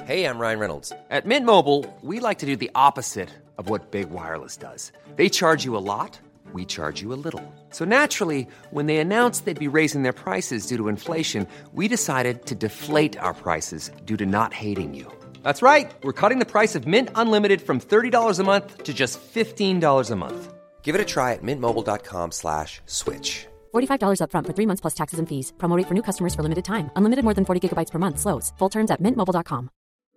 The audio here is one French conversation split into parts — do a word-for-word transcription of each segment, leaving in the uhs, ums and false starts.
Hey, I'm Ryan Reynolds. At Mint Mobile, we like to do the opposite of what Big Wireless does. They charge you a lot, we charge you a little. So naturally, when they announced they'd be raising their prices due to inflation, we decided to deflate our prices due to not hating you. That's right. We're cutting the price of Mint Unlimited from thirty dollars a month to just fifteen dollars a month. Give it a try at mintmobile.com slash switch. forty-five dollars up front for three months plus taxes and fees. Promo rate for new customers for limited time. Unlimited more than forty gigabytes per month. Slows full terms at mint mobile dot com.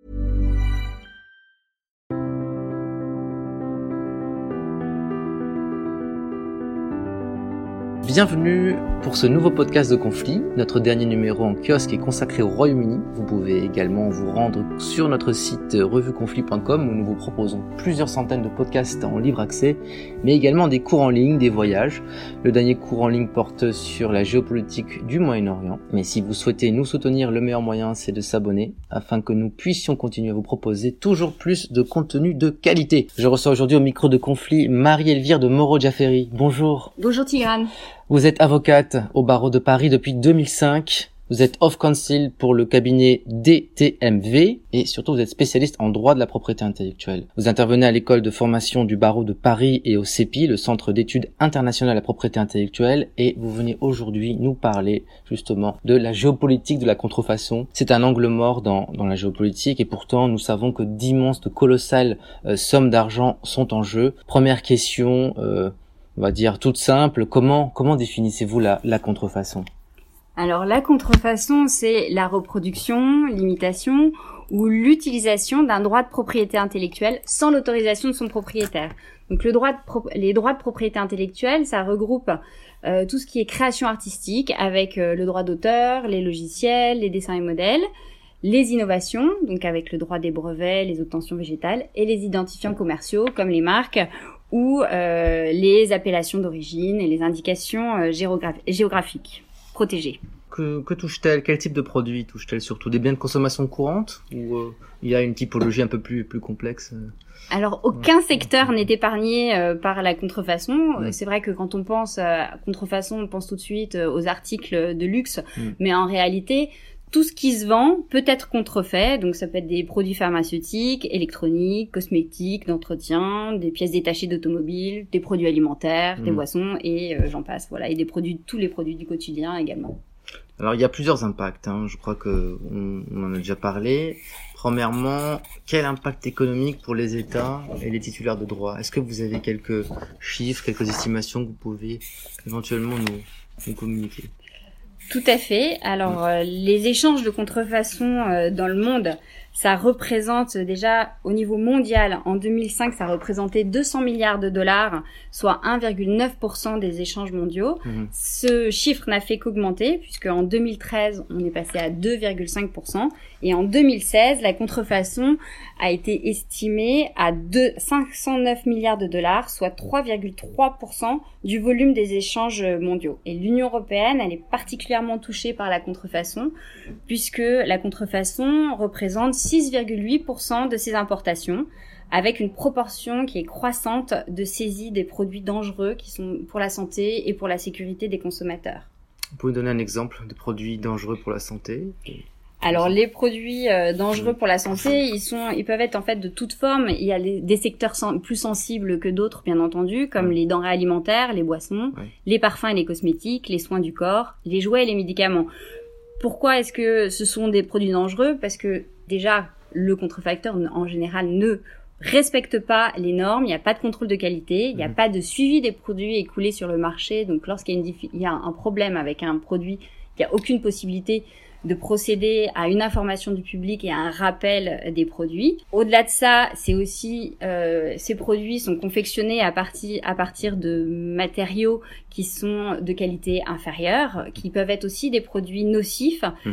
Bienvenue pour ce nouveau podcast de Conflit. Notre dernier numéro en kiosque est consacré au Royaume-Uni. Vous pouvez également vous rendre sur notre site revue conflit point com où nous vous proposons plusieurs centaines de podcasts en libre accès, mais également des cours en ligne, des voyages. Le dernier cours en ligne porte sur la géopolitique du Moyen-Orient. Mais si vous souhaitez nous soutenir, le meilleur moyen c'est de s'abonner afin que nous puissions continuer à vous proposer toujours plus de contenu de qualité. Je reçois aujourd'hui au micro de Conflit Marie-Elvire de Moreau-Jaffery. Bonjour. Bonjour Tigrane. Vous êtes avocate au barreau de Paris depuis deux mille cinq. Vous êtes off counsel pour le cabinet D T M V et surtout vous êtes spécialiste en droit de la propriété intellectuelle. Vous intervenez à l'école de formation du barreau de Paris et au C E P I, le Centre d'études internationales de la propriété intellectuelle, et vous venez aujourd'hui nous parler justement de la géopolitique de la contrefaçon. C'est un angle mort dans, dans la géopolitique et pourtant nous savons que d'immenses, de colossales euh, sommes d'argent sont en jeu. Première question, euh, on va dire toute simple, comment comment définissez-vous la, la contrefaçon ? Alors la contrefaçon, c'est la reproduction, l'imitation ou l'utilisation d'un droit de propriété intellectuelle sans l'autorisation de son propriétaire. Donc le droit de pro- les droits de propriété intellectuelle, ça regroupe euh, tout ce qui est création artistique avec euh, le droit d'auteur, les logiciels, les dessins et modèles, les innovations, donc avec le droit des brevets, les obtentions végétales, et les identifiants commerciaux comme les marques ou euh, les appellations d'origine et les indications euh, géograph- géographiques protégées. Que, que touche-t-elle ? Quel type de produits touche-t-elle surtout ? Des biens de consommation courante ou euh, il y a une typologie un peu plus plus complexe ? Alors, aucun secteur n'est épargné euh, par la contrefaçon. Ouais. C'est vrai que quand on pense à contrefaçon, on pense tout de suite euh, aux articles de luxe, Mm. mais en réalité, tout ce qui se vend peut être contrefait. Donc, ça peut être des produits pharmaceutiques, électroniques, cosmétiques, d'entretien, des pièces détachées d'automobiles, des produits alimentaires, Mm. des boissons et euh, j'en passe. Voilà, et des produits, tous les produits du quotidien également. Alors il y a plusieurs impacts, hein. Je crois que on, on en a déjà parlé. Premièrement, quel impact économique pour les États et les titulaires de droit ? Est-ce que vous avez quelques chiffres, quelques estimations que vous pouvez éventuellement nous, nous communiquer ? Tout à fait. Alors, euh, les échanges de contrefaçon euh, dans le monde, ça représente déjà au niveau mondial, en deux mille cinq, ça représentait deux cents milliards de dollars, soit un virgule neuf pour cent des échanges mondiaux. Mmh. Ce chiffre n'a fait qu'augmenter, puisque en deux mille treize, on est passé à deux virgule cinq pour cent, et en deux mille seize, la contrefaçon a été estimée à deux- cinq cent neuf milliards de dollars, soit trois virgule trois pour cent du volume des échanges mondiaux. Et l'Union européenne, elle est particulièrement touchée par la contrefaçon, puisque la contrefaçon représente six virgule huit pour cent de ses importations, avec une proportion qui est croissante de saisie des produits dangereux qui sont pour la santé et pour la sécurité des consommateurs. Vous pouvez donner un exemple de produits dangereux pour la santé ? Alors les produits euh, dangereux pour la santé, ils sont, ils peuvent être en fait de toute forme. Il y a les, des secteurs sen- plus sensibles que d'autres, bien entendu, comme Ouais. les denrées alimentaires, les boissons, Ouais. les parfums et les cosmétiques, les soins du corps, les jouets et les médicaments. Pourquoi est-ce que ce sont des produits dangereux ? Parce que déjà, le contrefacteur en général ne respecte pas les normes, il n'y a pas de contrôle de qualité, il n'y a Mhm. pas de suivi des produits écoulés sur le marché. Donc lorsqu'il y a, une diffi- il y a un problème avec un produit, il n'y a aucune possibilité de procéder à une information du public et à un rappel des produits. Au-delà de ça, c'est aussi euh, ces produits sont confectionnés à partir à partir de matériaux qui sont de qualité inférieure, qui peuvent être aussi des produits nocifs. Mmh.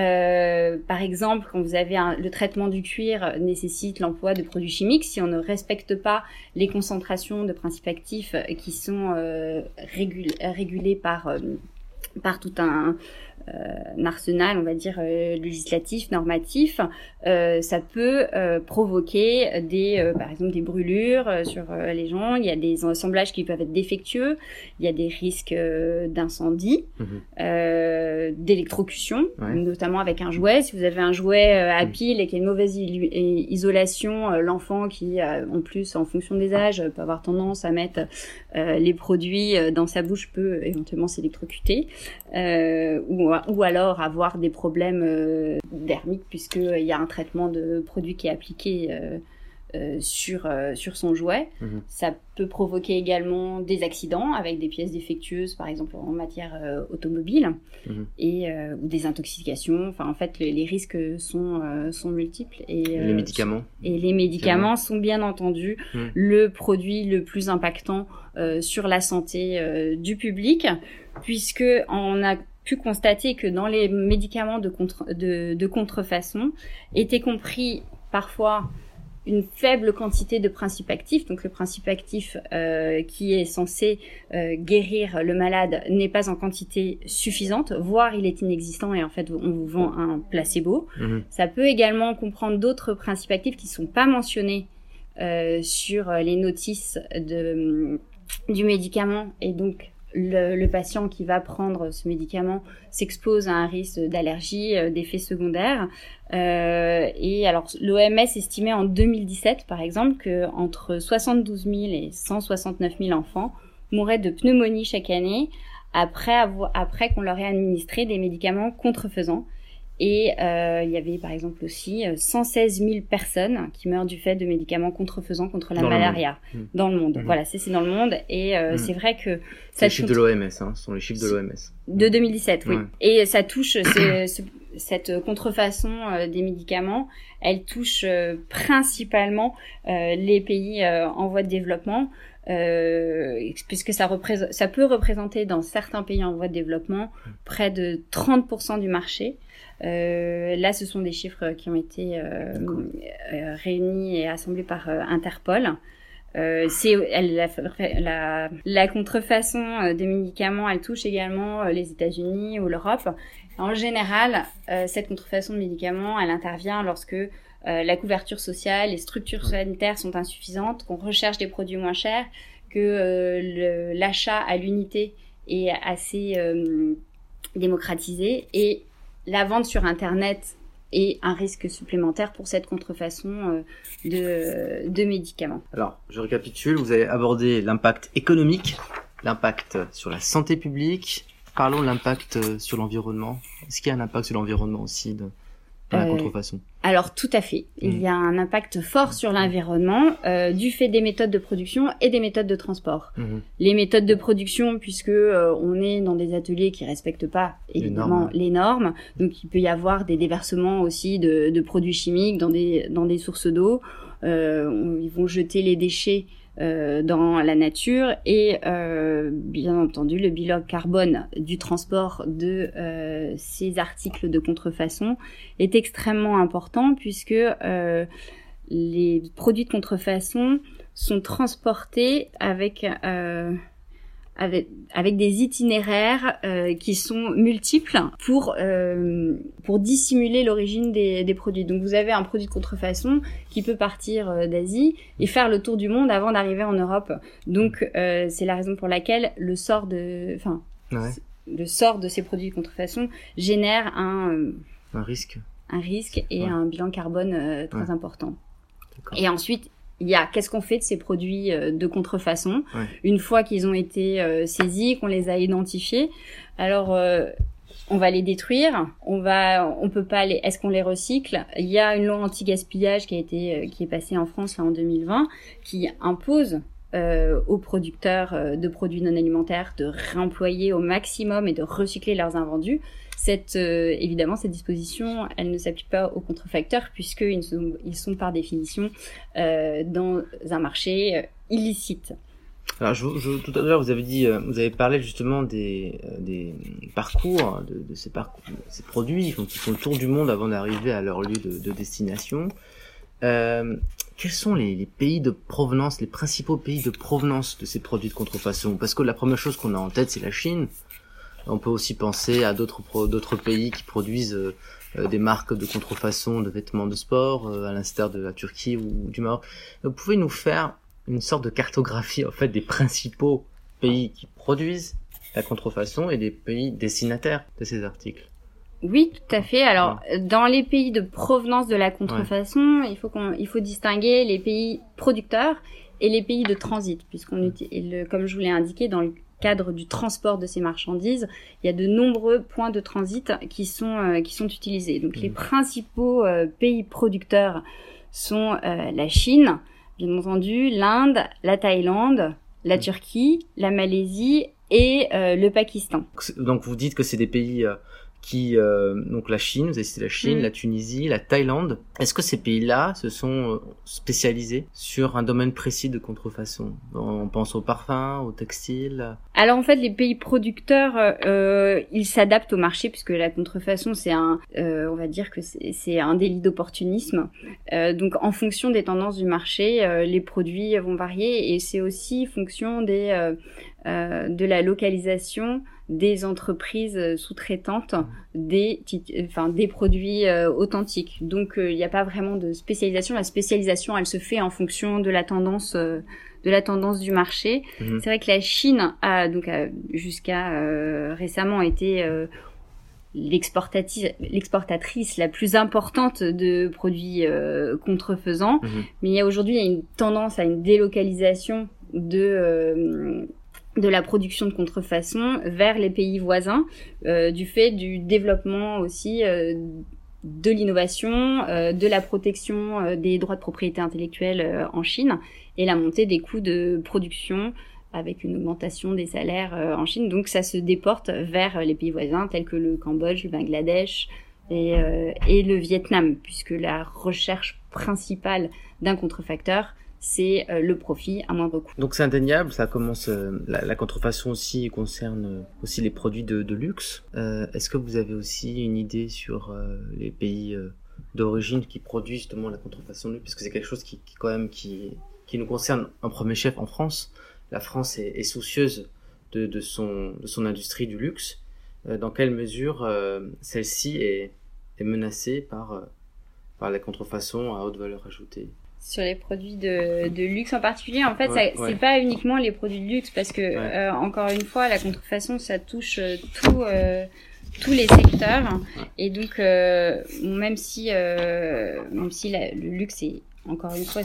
Euh, par exemple, quand vous avez un, le traitement du cuir nécessite l'emploi de produits chimiques. Si on ne respecte pas les concentrations de principes actifs qui sont euh, régul- régulées par euh, par tout un un arsenal, on va dire, euh, législatif, normatif, euh, ça peut euh, provoquer des, euh, par exemple, des brûlures euh, sur euh, les gens. Il y a des assemblages qui peuvent être défectueux. Il y a des risques euh, d'incendie, mmh. euh, d'électrocution, ouais. notamment avec un jouet. Si vous avez un jouet euh, à pile et qu'il y a une mauvaise il- isolation, euh, l'enfant qui, euh, en plus, en fonction des âges, peut avoir tendance à mettre euh, les produits euh, dans sa bouche peut éventuellement s'électrocuter. Euh, ou, ou alors avoir des problèmes euh, dermiques puisqu'il euh, y a un traitement de produit qui est appliqué euh, euh, sur, euh, sur son jouet. Mmh. Ça peut provoquer également des accidents avec des pièces défectueuses, par exemple en matière euh, automobile, mmh. et, euh, ou des intoxications. Enfin, en fait, les, les risques sont, euh, sont multiples. Et, euh, les médicaments Et les médicaments sont bien entendu mmh. le produit le plus impactant euh, sur la santé euh, du public, puisque on a pu constater que dans les médicaments de, contre, de, de contrefaçon était compris parfois une faible quantité de principe actif. Donc le principe actif euh, qui est censé euh, guérir le malade n'est pas en quantité suffisante, voire il est inexistant et en fait on vous vend un placebo. Mmh. Ça peut également comprendre d'autres principes actifs qui sont pas mentionnés euh, sur les notices de, du médicament, et donc Le, le patient qui va prendre ce médicament s'expose à un risque d'allergie, euh, d'effets secondaires. Euh, et alors, l'O M S estimait en deux mille dix-sept, par exemple, que entre soixante-douze mille et cent soixante-neuf mille enfants mouraient de pneumonie chaque année après avoir, après qu'on leur ait administré des médicaments contrefaisants. Et euh, il y avait par exemple aussi cent seize mille personnes qui meurent du fait de médicaments contrefaisants contre la dans malaria le mmh. dans le monde. Mmh. Voilà, c'est, c'est dans le monde. Et euh, mmh. c'est vrai que... Ça les chiffres de l'O M S, hein, ce sont les chiffres de l'O M S. De deux mille dix-sept, oui. Ouais. Et ça touche, c'est, ce, cette contrefaçon euh, des médicaments, elle touche euh, principalement euh, les pays euh, en voie de développement. Euh, puisque ça, représente, ça peut représenter dans certains pays en voie de développement près de trente pour cent du marché. Euh, là, ce sont des chiffres qui ont été euh, euh, réunis et assemblés par euh, Interpol. Euh, c'est elle, la, la, la contrefaçon des médicaments, elle touche également les États-Unis ou l'Europe. En général, euh, cette contrefaçon de médicaments, elle intervient lorsque euh, la couverture sociale, les structures sanitaires sont insuffisantes, qu'on recherche des produits moins chers, que euh, le, l'achat à l'unité est assez euh, démocratisé, et la vente sur Internet est un risque supplémentaire pour cette contrefaçon euh, de, de médicaments. Alors, je récapitule, vous avez abordé l'impact économique, l'impact sur la santé publique. Parlons de l'impact sur l'environnement. Est-ce qu'il y a un impact sur l'environnement aussi de, de la euh, contrefaçon ? Alors, tout à fait. Il mmh. y a un impact fort sur l'environnement euh, du fait des méthodes de production et des méthodes de transport. Mmh. Les méthodes de production, puisque euh, on est dans des ateliers qui respectent pas évidemment les normes, les normes. Donc, il peut y avoir des déversements aussi de, de produits chimiques dans des dans des sources d'eau. Euh, on, ils vont jeter les déchets Euh, dans la nature, et euh, bien entendu le bilan carbone du transport de euh, ces articles de contrefaçon est extrêmement important, puisque euh, les produits de contrefaçon sont transportés avec euh, avec avec des itinéraires euh, qui sont multiples pour euh, pour dissimuler l'origine des des produits. Donc vous avez un produit de contrefaçon qui peut partir euh, d'Asie et faire le tour du monde avant d'arriver en Europe. Donc euh, c'est la raison pour laquelle le sort de enfin ouais. le sort de ces produits de contrefaçon génère un euh, un risque un risque et ouais. un bilan carbone euh, très ouais. important. D'accord. Et ensuite il y a qu'est-ce qu'on fait de ces produits euh, de contrefaçon ouais. une fois qu'ils ont été euh, saisis, qu'on les a identifiés. Alors euh, on va les détruire, on va on peut pas les est-ce qu'on les recycle ? Il y a une loi anti-gaspillage qui a été euh, qui est passée en France là en deux mille vingt, qui impose euh, aux producteurs euh, de produits non alimentaires de réemployer au maximum et de recycler leurs invendus. Cette, euh, évidemment, cette disposition, elle ne s'applique pas aux contrefacteurs, puisqu'ils sont, ils sont par définition euh, dans un marché euh, illicite. Alors, je, je, tout à l'heure, vous avez dit, euh, vous avez parlé justement des, euh, des parcours, de, de ces parcours, de ces produits donc, qui font le tour du monde avant d'arriver à leur lieu de, de destination. Euh, quels sont les, les pays de provenance, les principaux pays de provenance de ces produits de contrefaçon ? Parce que la première chose qu'on a en tête, c'est la Chine. On peut aussi penser à d'autres pro- d'autres pays qui produisent euh, euh, des marques de contrefaçon de vêtements de sport, euh, à l'instar de la Turquie ou du Maroc. Vous pouvez nous faire une sorte de cartographie en fait des principaux pays qui produisent la contrefaçon et des pays destinataires de ces articles? Oui, tout à fait. Alors, ouais. Dans les pays de provenance de la contrefaçon, ouais. il faut qu'on, il faut distinguer les pays producteurs et les pays de transit, puisqu'on utilise, comme je vous l'ai indiqué, dans le cadre du transport de ces marchandises, il y a de nombreux points de transit qui sont euh, qui sont utilisés. Donc, mmh. les principaux euh, pays producteurs sont euh, la Chine, bien entendu, l'Inde, la Thaïlande, la mmh. Turquie, la Malaisie et euh, le Pakistan. Donc, vous dites que c'est des pays euh, qui, euh, donc la Chine, vous avez cité la Chine, mmh. la Tunisie, la Thaïlande. Est-ce que ces pays-là se sont spécialisés sur un domaine précis de contrefaçon? On pense aux parfums, aux textiles. Alors en fait, les pays producteurs, euh, ils s'adaptent au marché puisque la contrefaçon, c'est un, euh, on va dire que c'est, c'est un délit d'opportunisme. Euh, donc en fonction des tendances du marché, euh, les produits vont varier et c'est aussi fonction des, euh, euh, de la localisation des entreprises sous-traitantes des enfin des produits euh, authentiques. Donc il euh, n'y a pas vraiment de spécialisation, la spécialisation elle se fait en fonction de la tendance euh, de la tendance du marché. Mmh. C'est vrai que la Chine a donc a, jusqu'à euh, récemment été euh, l'exportatrice l'exportatrice la plus importante de produits euh, contrefaisants, mmh. mais il y a aujourd'hui il y a une tendance à une délocalisation de euh, de la production de contrefaçon vers les pays voisins, euh, du fait du développement aussi euh, de l'innovation, euh, de la protection euh, des droits de propriété intellectuelle euh, en Chine et la montée des coûts de production avec une augmentation des salaires euh, en Chine. Donc ça se déporte vers les pays voisins tels que le Cambodge, le Bangladesh et, euh, et le Vietnam, puisque la recherche principale d'un contrefacteur c'est euh, le profit à moindre coût. Donc c'est indéniable, ça commence euh, la, la contrefaçon aussi concerne euh, aussi les produits de, de luxe. Euh, est-ce que vous avez aussi une idée sur euh, les pays euh, d'origine qui produisent justement la contrefaçon de luxe, parce que c'est quelque chose qui, qui quand même qui qui nous concerne en premier chef en France. La France est, est soucieuse de, de son de son industrie du luxe. Euh, dans quelle mesure euh, celle-ci est est menacée par euh, par la contrefaçon à haute valeur ajoutée? Sur les produits de, de luxe en particulier, en fait, ouais, ça, ouais. c'est pas uniquement les produits de luxe, parce que ouais. euh, encore une fois, la contrefaçon, ça touche euh, tout, euh, tous les secteurs, ouais. et donc euh, même si, euh, même si la, le luxe est encore une fois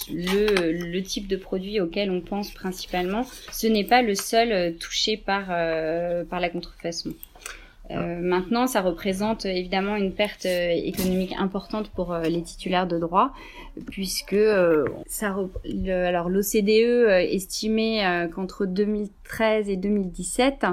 le, le type de produit auquel on pense principalement, ce n'est pas le seul euh, touché par euh, par la contrefaçon. Euh, maintenant, ça représente évidemment une perte euh, économique importante pour euh, les titulaires de droits, puisque euh, ça, le, alors l'O C D E euh, estimait euh, qu'entre deux mille treize et deux mille dix-sept,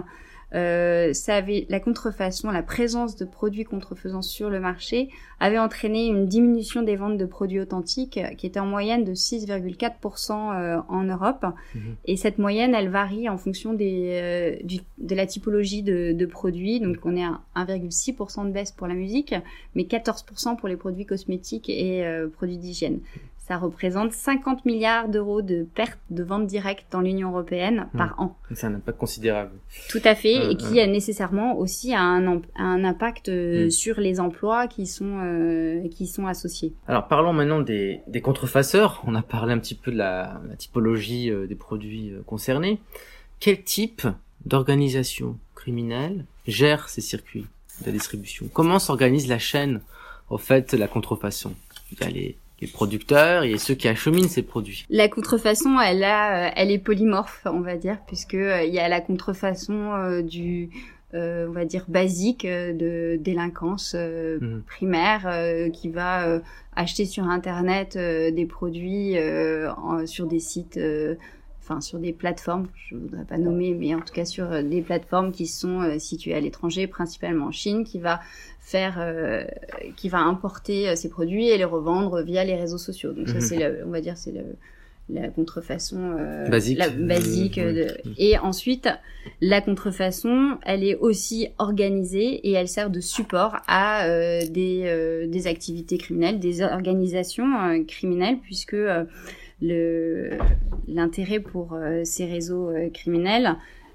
euh, ça avait la contrefaçon, la présence de produits contrefaisants sur le marché avait entraîné une diminution des ventes de produits authentiques qui était en moyenne de six virgule quatre pour cent euh, en Europe. Mmh. Et cette moyenne, elle varie en fonction des, euh, du, de la typologie de, de produits. Donc, on est à un virgule six pour cent de baisse pour la musique, mais quatorze pour cent pour les produits cosmétiques et euh, produits d'hygiène. Ça représente cinquante milliards d'euros de pertes de ventes directes dans l'Union européenne mmh. par an. C'est un impact considérable. Tout à fait, mmh, et qui mmh. a nécessairement aussi un, un impact mmh. sur les emplois qui sont, euh, qui sont associés. Alors parlons maintenant des, des contrefaceurs. On a parlé un petit peu de la, la typologie euh, des produits euh, concernés. Quel type d'organisation criminelle gère ces circuits de distribution? Comment s'organise la chaîne, au fait, de la contrefaçon? Il y a les les producteurs et ceux qui acheminent ces produits. La contrefaçon, elle a, elle est polymorphe, on va dire, puisque euh, il y a la contrefaçon euh, du, euh, on va dire basique euh, de délinquance euh, mmh. primaire, euh, qui va euh, acheter sur Internet euh, des produits euh, en, sur des sites, euh, enfin sur des plateformes, je voudrais pas nommer, mais en tout cas sur euh, des plateformes qui sont euh, situées à l'étranger, principalement en Chine, qui va faire, euh, qui va importer euh, ces produits et les revendre via les réseaux sociaux. Donc mmh. ça, c'est, le, on va dire, c'est le, la contrefaçon euh, basique. La, basique mmh. de, et ensuite, la contrefaçon, elle est aussi organisée et elle sert de support à euh, des, euh, des activités criminelles, des organisations euh, criminelles, puisque euh, le, l'intérêt pour euh, ces réseaux euh, criminels,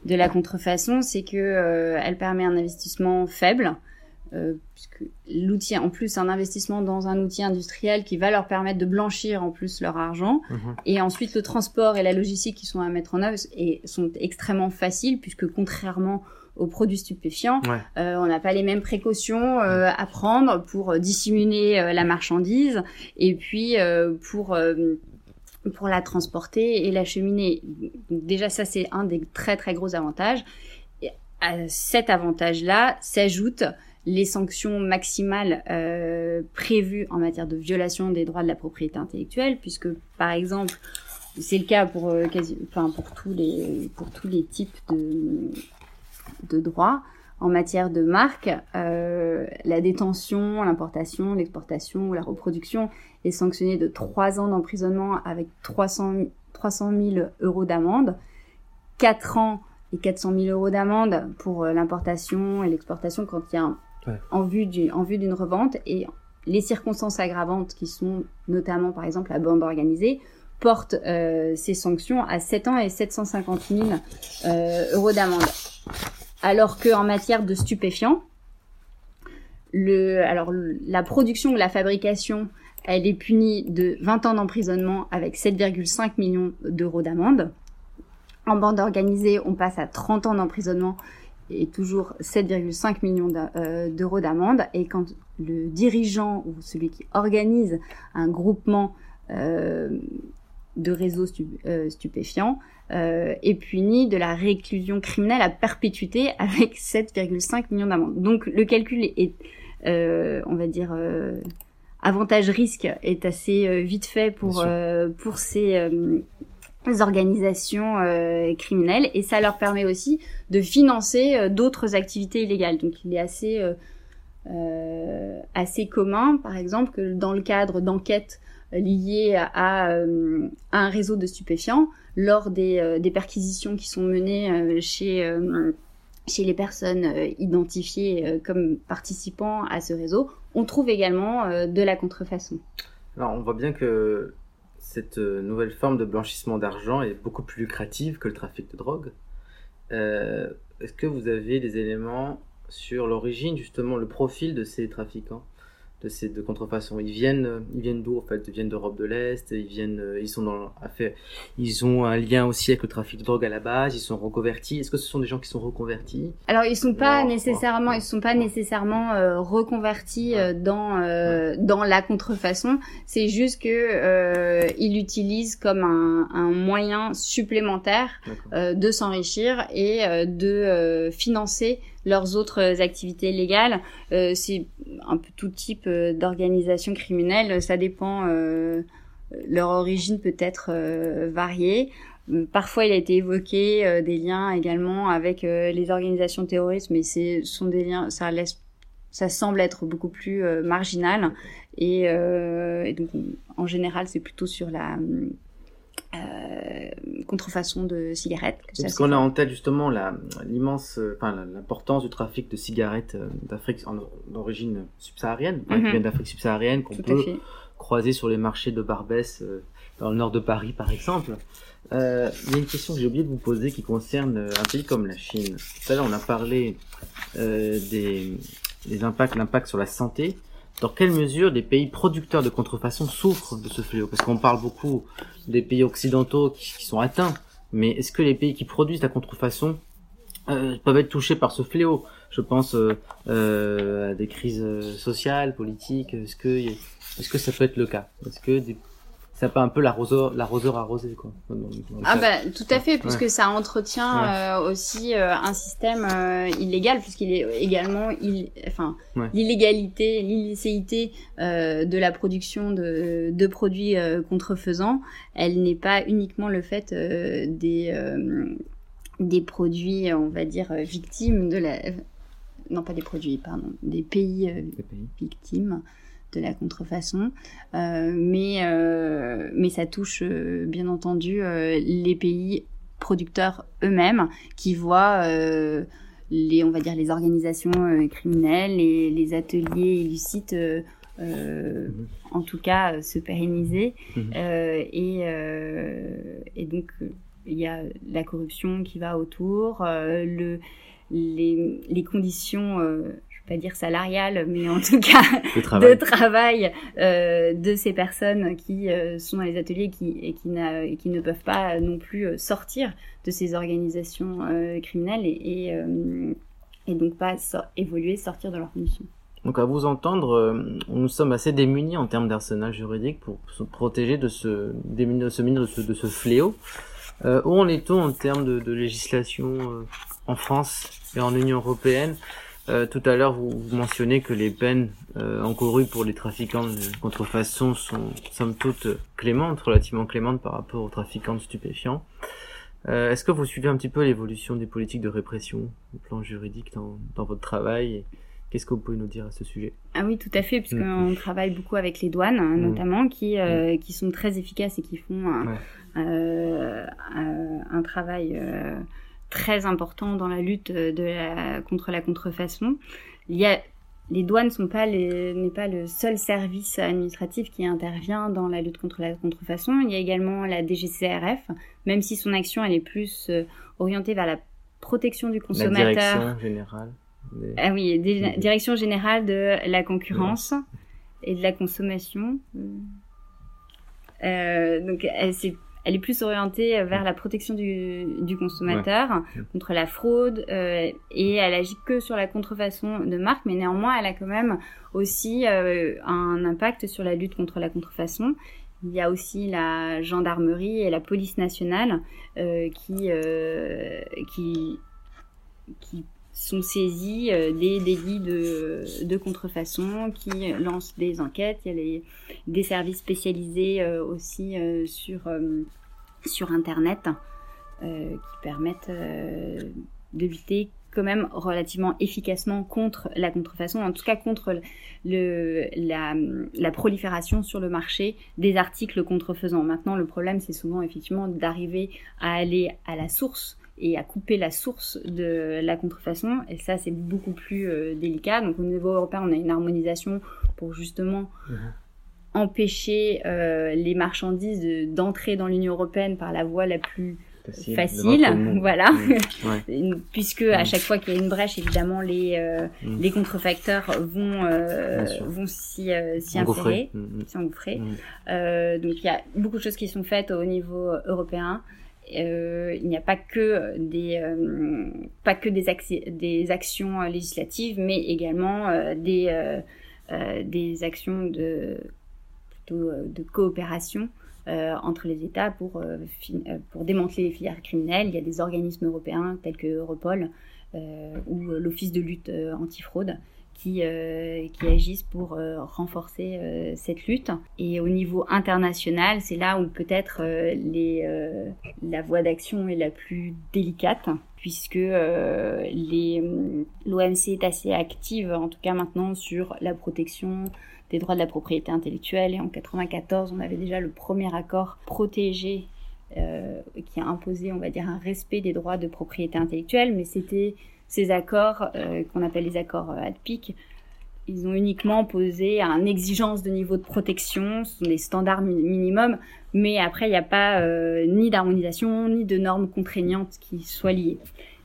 de la contrefaçon, c'est que euh, elle permet un investissement faible, euh, puisque l'outil, en plus, un investissement dans un outil industriel qui va leur permettre de blanchir en plus leur argent, mmh. et ensuite le transport et la logistique qui sont à mettre en œuvre et sont extrêmement faciles, puisque contrairement aux produits stupéfiants, ouais. euh, on n'a pas les mêmes précautions euh, à prendre pour dissimuler euh, la marchandise et puis euh, pour euh, pour la transporter et l'acheminer. Donc déjà ça c'est un des très très gros avantages. Et à cet avantage-là s'ajoutent les sanctions maximales euh, prévues en matière de violation des droits de la propriété intellectuelle, puisque par exemple c'est le cas pour euh, quasi, enfin pour tous les pour tous les types de de droits en matière de marque, euh, la détention, l'importation, l'exportation ou la reproduction est sanctionnée de trois ans d'emprisonnement avec trois cent mille euros d'amende, quatre ans et quatre cent mille euros d'amende pour l'importation et l'exportation quand il y a un, ouais. en vue du, en vue d'une revente, et les circonstances aggravantes qui sont notamment par exemple la bande organisée portent euh, ces sanctions à sept ans et sept cent cinquante mille euh, euros d'amende. Alors qu'en matière de stupéfiants, le, alors, la production ou la fabrication, elle est punie de vingt ans d'emprisonnement avec sept virgule cinq millions d'euros d'amende. En bande organisée, on passe à trente ans d'emprisonnement et toujours sept virgule cinq millions d'euros d'amende. Et quand le dirigeant ou celui qui organise un groupement euh, de réseaux stu- euh, stupéfiants euh, est puni de la réclusion criminelle à perpétuité avec sept virgule cinq millions d'amende. Donc le calcul est, est euh, on va dire, euh, avantage-risque est assez euh, vite fait pour euh, pour ces euh, organisations euh, criminelles, et ça leur permet aussi de financer euh, d'autres activités illégales. Donc il est assez euh, euh, assez commun, par exemple, que dans le cadre d'enquêtes liées à, à, euh, à un réseau de stupéfiants, lors des, euh, des perquisitions qui sont menées euh, chez euh, chez les personnes euh, identifiées euh, comme participants à ce réseau, on trouve également euh, de la contrefaçon. Alors on voit bien que cette nouvelle forme de blanchissement d'argent est beaucoup plus lucrative que le trafic de drogue. Euh, est-ce que vous avez des éléments sur l'origine, justement, le profil de ces trafiquants, de ces de contrefaçon? Ils viennent, ils viennent d'où en fait? Ils viennent d'Europe de l'Est. Ils viennent, ils sont dans affaire. Ils ont un lien aussi avec le trafic de drogue à la base. Ils sont reconvertis. Est-ce que ce sont des gens qui sont reconvertis? Alors ils sont pas non, nécessairement, non. ils sont pas nécessairement euh, reconvertis euh, dans euh, dans la contrefaçon. C'est juste que euh, ils l'utilisent comme un, un moyen supplémentaire euh, de s'enrichir et euh, de euh, financer leurs autres activités légales. Euh, c'est un peu tout type euh, d'organisation criminelle, ça dépend, euh, leur origine peut être euh, variée. Euh, parfois il a été évoqué euh, des liens également avec euh, les organisations terroristes, mais c'est sont des liens, ça laisse, ça semble être beaucoup plus euh, marginal, et, euh, et donc en général c'est plutôt sur la Euh, contrefaçon de cigarettes. Que Parce qu'on a en tête justement la, l'immense, enfin l'importance du trafic de cigarettes d'Afrique en, d'origine subsaharienne, mm-hmm. qui viennent d'Afrique subsaharienne, qu'on Tout peut croiser sur les marchés de Barbès euh, dans le nord de Paris par exemple. Euh, il y a une question que j'ai oublié de vous poser qui concerne un pays comme la Chine. Tout à l'heure on a parlé euh, des, des impacts, l'impact sur la santé. Dans quelle mesure des pays producteurs de contrefaçon souffrent de ce fléau? Parce qu'on parle beaucoup des pays occidentaux qui, qui sont atteints, mais est-ce que les pays qui produisent la contrefaçon euh, peuvent être touchés par ce fléau? Je pense euh, euh, à des crises sociales, politiques. Est-ce que, est-ce que ça peut être le cas? Est-ce que des, ça peut un peu l'arroseur, l'arroseur arrosé, quoi. Dans, dans ah bah tout à fait, puisque ouais. ça entretient ouais. euh, aussi euh, un système euh, illégal, puisqu'il est également, il, enfin, ouais. l'illégalité, l'illicéité euh, de la production de, de produits euh, contrefaisants, elle n'est pas uniquement le fait euh, des euh, des produits, on va dire, victimes de la, non pas des produits, pardon, des pays, euh, des pays. victimes de la contrefaçon, euh, mais euh, mais ça touche euh, bien entendu euh, les pays producteurs eux-mêmes qui voient euh, les, on va dire, les organisations euh, criminelles et les ateliers illicites euh, euh, mmh. en tout cas euh, se pérenniser mmh. euh, et euh, et donc il y a la corruption qui va autour, euh, le, les, les conditions, euh, je ne vais pas dire salariales, mais en tout cas de travail, de, travail euh, de ces personnes qui euh, sont dans les ateliers qui, et qui, n'a, qui ne peuvent pas non plus sortir de ces organisations euh, criminelles et, et, euh, et donc pas so- évoluer, sortir de leurs conditions. Donc à vous entendre, euh, nous sommes assez démunis en termes d'arsenal juridique pour se protéger de ce, démunir, de ce, de ce, de ce fléau. Euh, où en est-on en termes de, de législation euh, en France et en Union européenne? euh, Tout à l'heure, vous, vous mentionnez que les peines euh, encourues pour les trafiquants de contrefaçon sont somme toute clémentes, relativement clémentes par rapport aux trafiquants de stupéfiants. Euh, est-ce que vous suivez un petit peu l'évolution des politiques de répression au plan juridique dans, dans votre travail et qu'est-ce que vous pouvez nous dire à ce sujet? Ah oui, tout à fait, puisqu'on mmh. travaille beaucoup avec les douanes, mmh. notamment, qui euh, mmh. qui sont très efficaces et qui font un, ouais. euh, un, un travail euh, très important dans la lutte de la, contre la contrefaçon. Il y a les douanes sont pas les, n'est pas le seul service administratif qui intervient dans la lutte contre la contrefaçon. Il y a également la D G C R F, même si son action elle est plus euh, orientée vers la protection du consommateur. La direction générale. Des... Ah oui, des... direction générale de la concurrence ouais. et de la consommation. Euh, donc elle, c'est, elle est plus orientée vers la protection du, du consommateur ouais. contre la fraude euh, et elle agit que sur la contrefaçon de marque, mais néanmoins elle a quand même aussi euh, un impact sur la lutte contre la contrefaçon. Il y a aussi la gendarmerie et la police nationale euh, qui euh, qui qui sont saisis euh, des délits de, de contrefaçon, qui lancent des enquêtes. Il y a les, des services spécialisés euh, aussi euh, sur, euh, sur Internet euh, qui permettent euh, de lutter quand même relativement efficacement contre la contrefaçon, en tout cas contre le, la, la prolifération sur le marché des articles contrefaisants. Maintenant, le problème, c'est souvent effectivement d'arriver à aller à la source et à couper la source de la contrefaçon, et ça c'est beaucoup plus euh, délicat. Donc au niveau européen on a une harmonisation pour justement mmh. empêcher euh, les marchandises de, d'entrer dans l'Union européenne par la voie la plus facile, facile voilà, mmh. ouais. puisque mmh. à chaque fois qu'il y a une brèche évidemment les, euh, mmh. les contrefacteurs vont, euh, vont s'y, euh, s'y insérer, mmh. s'y engouffrer. Mmh. Euh, donc il y a beaucoup de choses qui sont faites au niveau européen. Euh, il n'y a pas que des euh, pas que des, axi- des actions législatives, mais également euh, des euh, euh, des actions de plutôt de coopération euh, entre les États pour euh, fin- pour démanteler les filières criminelles. Il y a des organismes européens tels que Europol euh, ou l'Office de lutte euh, antifraude qui euh, qui agissent pour euh, renforcer euh, cette lutte. Et au niveau international, c'est là où peut-être euh, les euh, la voie d'action est la plus délicate, puisque euh, les l'O M C est assez active, en tout cas maintenant, sur la protection des droits de la propriété intellectuelle. Et en quatre-vingt-quatorze, on avait déjà le premier accord protégé euh, qui a imposé, on va dire, un respect des droits de propriété intellectuelle, mais c'était ces accords, euh, qu'on appelle les accords euh, A D P I C, ils ont uniquement posé une exigence de niveau de protection, ce sont des standards mi- minimums, mais après, il n'y a pas euh, ni d'harmonisation, ni de normes contraignantes qui soient liées.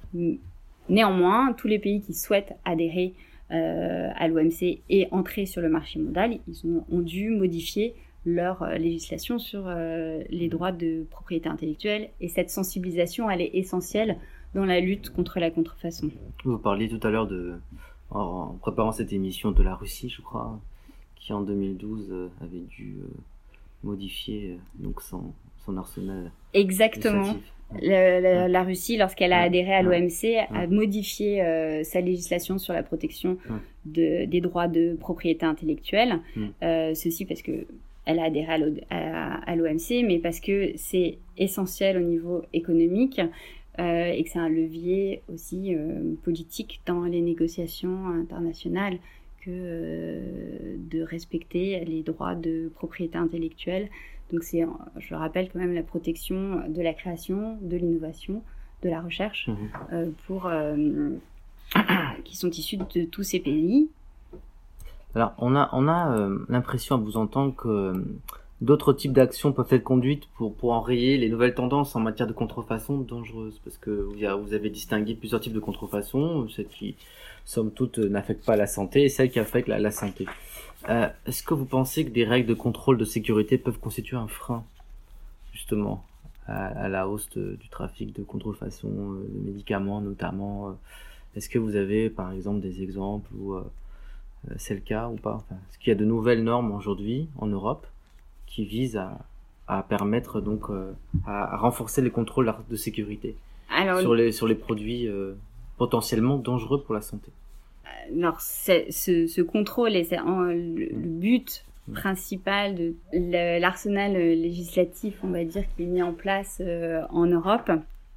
Néanmoins, tous les pays qui souhaitent adhérer euh, à l'O M C et entrer sur le marché mondial, ils ont, ont dû modifier leur euh, législation sur euh, les droits de propriété intellectuelle, et cette sensibilisation, elle est essentielle dans la lutte contre la contrefaçon. Vous parliez tout à l'heure de, en préparant cette émission, de la Russie, je crois, qui en deux mille douze euh, avait dû euh, modifier euh, donc son, son arsenal. Exactement. Le, la, ouais. la Russie, lorsqu'elle a adhéré à l'O M C, ouais. a modifié euh, sa législation sur la protection ouais. de, des droits de propriété intellectuelle. Ouais. Euh, ceci parce que elle a adhéré à, l'O, à, à l'O M C, mais parce que c'est essentiel au niveau économique. Euh, et que c'est un levier aussi euh, politique dans les négociations internationales que euh, de respecter les droits de propriété intellectuelle. Donc c'est, je le rappelle quand même, la protection de la création, de l'innovation, de la recherche, mmh. euh, pour euh, qui sont issus de tous ces pays. Alors on a on a euh, l'impression à vous entendre que d'autres types d'actions peuvent être conduites pour, pour enrayer les nouvelles tendances en matière de contrefaçon dangereuse? Parce que vous avez distingué plusieurs types de contrefaçon, celles qui, somme toute, n'affectent pas la santé et celles qui affectent la, la santé. Euh, est-ce que vous pensez que des règles de contrôle de sécurité peuvent constituer un frein, justement, à, à la hausse de, du trafic de contrefaçon, euh, de médicaments notamment? Est-ce que vous avez, par exemple, des exemples où euh, c'est le cas ou pas? Enfin, est-ce qu'il y a de nouvelles normes aujourd'hui en Europe qui visent à, à permettre donc euh, à, à renforcer les contrôles de sécurité Alors, sur les sur les produits euh, potentiellement dangereux pour la santé? Alors, c'est, ce, ce contrôle et c'est en, le, le but principal de le, l'arsenal législatif, on va dire, qui est mis en place euh, en Europe,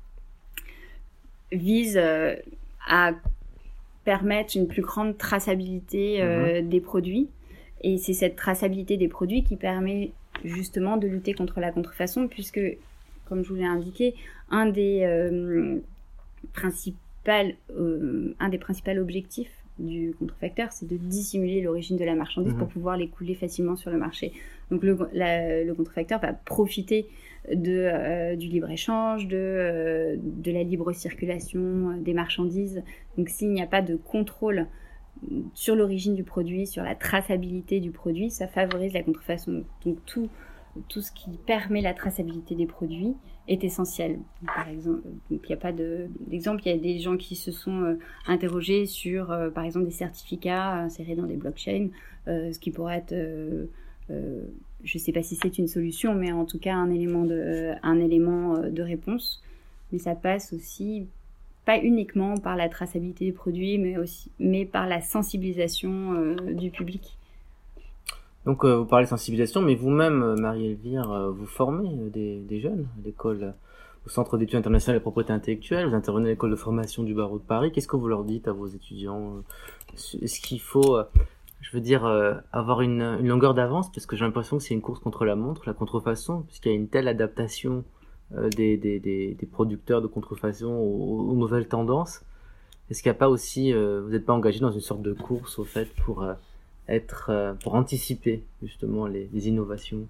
vise euh, à permettre une plus grande traçabilité euh, mmh. des produits. Et c'est cette traçabilité des produits qui permet justement de lutter contre la contrefaçon, puisque, comme je vous l'ai indiqué, un des, euh, principales, euh, un des principaux objectifs du contrefacteur, c'est de dissimuler l'origine de la marchandise mmh. pour pouvoir l'écouler facilement sur le marché. Donc le, la, le contrefacteur va profiter de, euh, du libre-échange, de, euh, de la libre circulation des marchandises. Donc s'il n'y a pas de contrôle sur l'origine du produit, sur la traçabilité du produit, ça favorise la contrefaçon. Donc tout, tout ce qui permet la traçabilité des produits est essentiel. Par exemple, il n'y a pas de, d'exemple, il y a des gens qui se sont euh, interrogés sur, euh, par exemple, des certificats insérés dans des blockchains, euh, ce qui pourrait être, euh, euh, je ne sais pas si c'est une solution, mais en tout cas un élément de, euh, un élément de réponse. Mais ça passe aussi pas uniquement par la traçabilité des produits, mais aussi, mais par la sensibilisation euh, du public. Donc, euh, vous parlez de sensibilisation, mais vous-même, Marie-Elvire, euh, vous formez euh, des, des jeunes à l'école, euh, au Centre d'études internationales et de propriété intellectuelle, vous intervenez à l'école de formation du barreau de Paris. Qu'est-ce que vous leur dites à vos étudiants? Est-ce qu'il faut, euh, je veux dire, euh, avoir une, une longueur d'avance? Parce que j'ai l'impression que c'est une course contre la montre, la contrefaçon, puisqu'il y a une telle adaptation euh, des, des, des, des producteurs de contrefaçon aux, aux nouvelles tendances. Est-ce qu'il n'y a pas aussi, euh, vous n'êtes pas engagé dans une sorte de course, au fait, pour... Euh, être euh, pour anticiper justement les, les innovations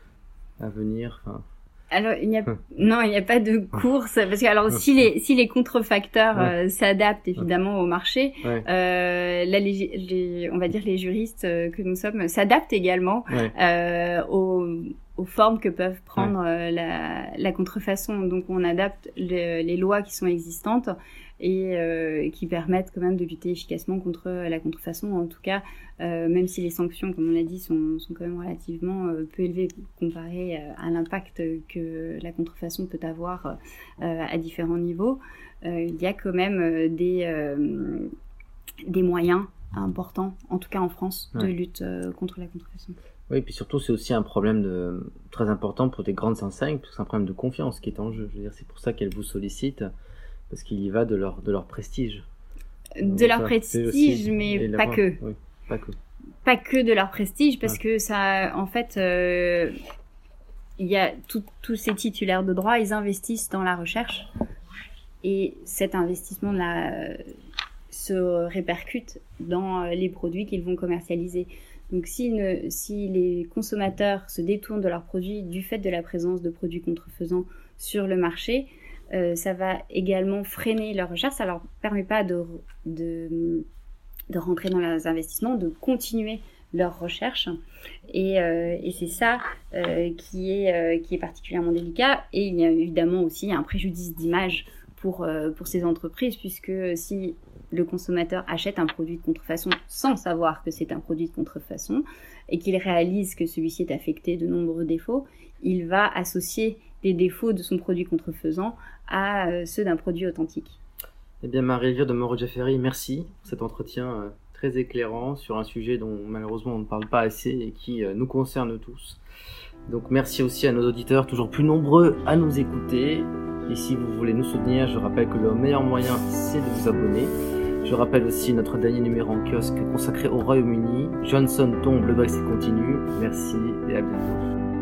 à venir? Enfin... Alors il n'y a hum. non il n'y a pas de course, parce que alors si les si les contrefacteurs ouais. euh, s'adaptent évidemment ouais. au marché, ouais. euh, là les, les on va dire les juristes euh, que nous sommes s'adaptent également ouais. euh, aux aux formes que peuvent prendre ouais. euh, la la contrefaçon. Donc on adapte le, les lois qui sont existantes et euh, qui permettent quand même de lutter efficacement contre la contrefaçon. En tout cas, euh, même si les sanctions, comme on l'a dit, sont, sont quand même relativement euh, peu élevées comparées euh, à l'impact que la contrefaçon peut avoir euh, à différents niveaux, euh, il y a quand même euh, des, euh, des moyens importants, en tout cas en France, ouais. de lutte euh, contre la contrefaçon. Oui, et puis surtout, c'est aussi un problème de, très important pour des grandes enseignes, parce que c'est un problème de confiance qui est en jeu. Je veux dire, c'est pour ça qu'elles vous sollicitent, parce qu'il y va de leur, de leur prestige. De Donc, leur prestige, aussi, mais pas que. Oui, pas que. Pas que de leur prestige, parce ouais. que ça, en fait, euh, il y a tous ces titulaires de droit, ils investissent dans la recherche, et cet investissement là, se répercute dans les produits qu'ils vont commercialiser. Donc si, ne, si les consommateurs se détournent de leurs produits du fait de la présence de produits contrefaisants sur le marché, euh, ça va également freiner leur recherche, ça leur permet pas de, de, de rentrer dans leurs investissements, de continuer leur recherche. Et, euh, et c'est ça euh, qui, est, euh, qui est particulièrement délicat. Et il y a évidemment aussi un préjudice d'image pour, euh, pour ces entreprises, puisque si le consommateur achète un produit de contrefaçon sans savoir que c'est un produit de contrefaçon et qu'il réalise que celui-ci est affecté de nombreux défauts, il va associer les défauts de son produit contrefaisant à euh, ceux d'un produit authentique. Eh bien, Marie-Elvire de Moreau-Jaffery, merci pour cet entretien euh, très éclairant sur un sujet dont malheureusement on ne parle pas assez et qui euh, nous concerne tous. Donc merci aussi à nos auditeurs toujours plus nombreux à nous écouter. Et si vous voulez nous soutenir, je rappelle que le meilleur moyen, c'est de vous abonner. Je rappelle aussi notre dernier numéro en kiosque consacré au Royaume-Uni. Johnson tombe, le Brexit continue. Merci et à bientôt.